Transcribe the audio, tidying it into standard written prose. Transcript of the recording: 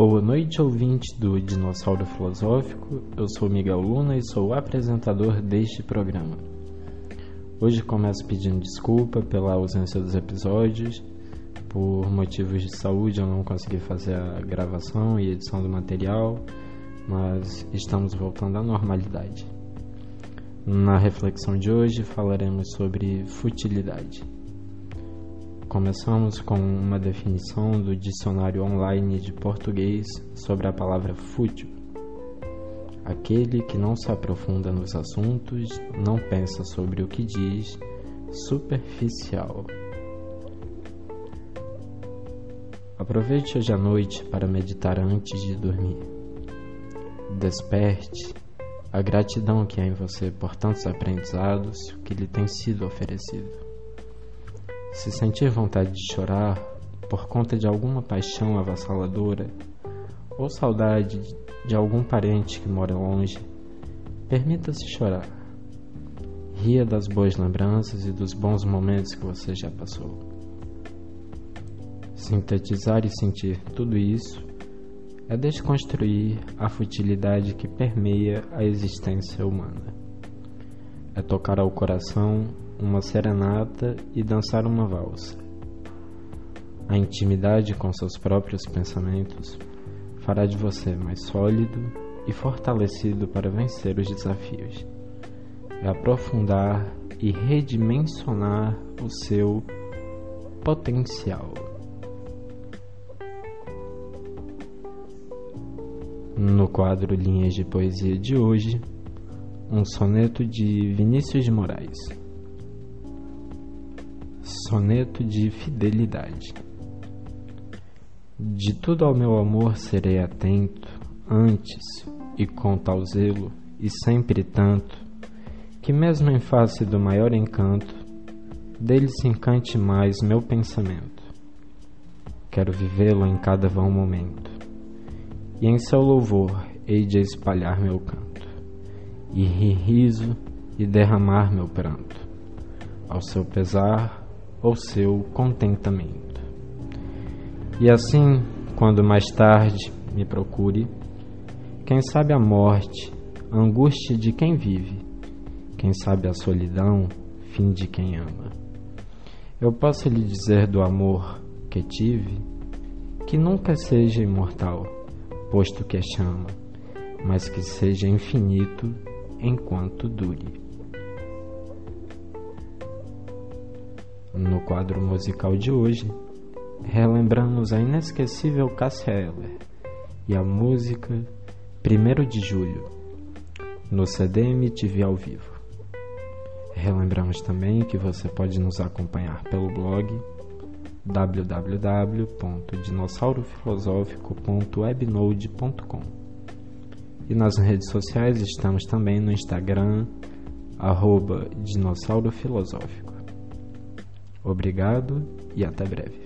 Boa noite, ouvinte do Dinossauro Filosófico. Eu sou Miguel Luna e sou o apresentador deste programa. Hoje começo pedindo desculpa pela ausência dos episódios. Por motivos de saúde eu não consegui fazer a gravação e edição do material, mas estamos voltando à normalidade. Na reflexão de hoje falaremos sobre futilidade. Começamos com uma definição do dicionário online de português sobre a palavra fútil. Aquele que não se aprofunda nos assuntos, não pensa sobre o que diz, superficial. Aproveite hoje à noite para meditar antes de dormir. Desperte a gratidão que há em você por tantos aprendizados que lhe têm sido oferecido. Se sentir vontade de chorar por conta de alguma paixão avassaladora ou saudade de algum parente que mora longe, permita-se chorar. Ria das boas lembranças e dos bons momentos que você já passou. Sintetizar e sentir tudo isso é desconstruir a futilidade que permeia a existência humana. É tocar ao coração uma serenata e dançar uma valsa. A intimidade com seus próprios pensamentos fará de você mais sólido e fortalecido para vencer os desafios. É aprofundar e redimensionar o seu potencial. No quadro Linhas de Poesia de hoje, um soneto de Vinícius de Moraes. Soneto de fidelidade. De tudo ao meu amor serei atento, antes e com tal zelo, e sempre tanto, que mesmo em face do maior encanto, dele se encante mais meu pensamento. Quero vivê-lo em cada vão momento, e em seu louvor hei de espalhar meu canto, e rir riso e derramar meu pranto, ao seu pesar ou seu contentamento. E assim, quando mais tarde me procure, quem sabe a morte, a angústia de quem vive, quem sabe a solidão, fim de quem ama, eu posso lhe dizer do amor que tive, que nunca seja imortal, posto que é chama, mas que seja infinito enquanto dure. No quadro musical de hoje, relembramos a inesquecível Cássia Eller e a música 1º de Julho, no CD MTV ao vivo. Relembramos também que você pode nos acompanhar pelo blog www.dinosaurofilosófico.webnode.com e nas redes sociais estamos também no Instagram @dinosaurofilosófico. Obrigado e até breve.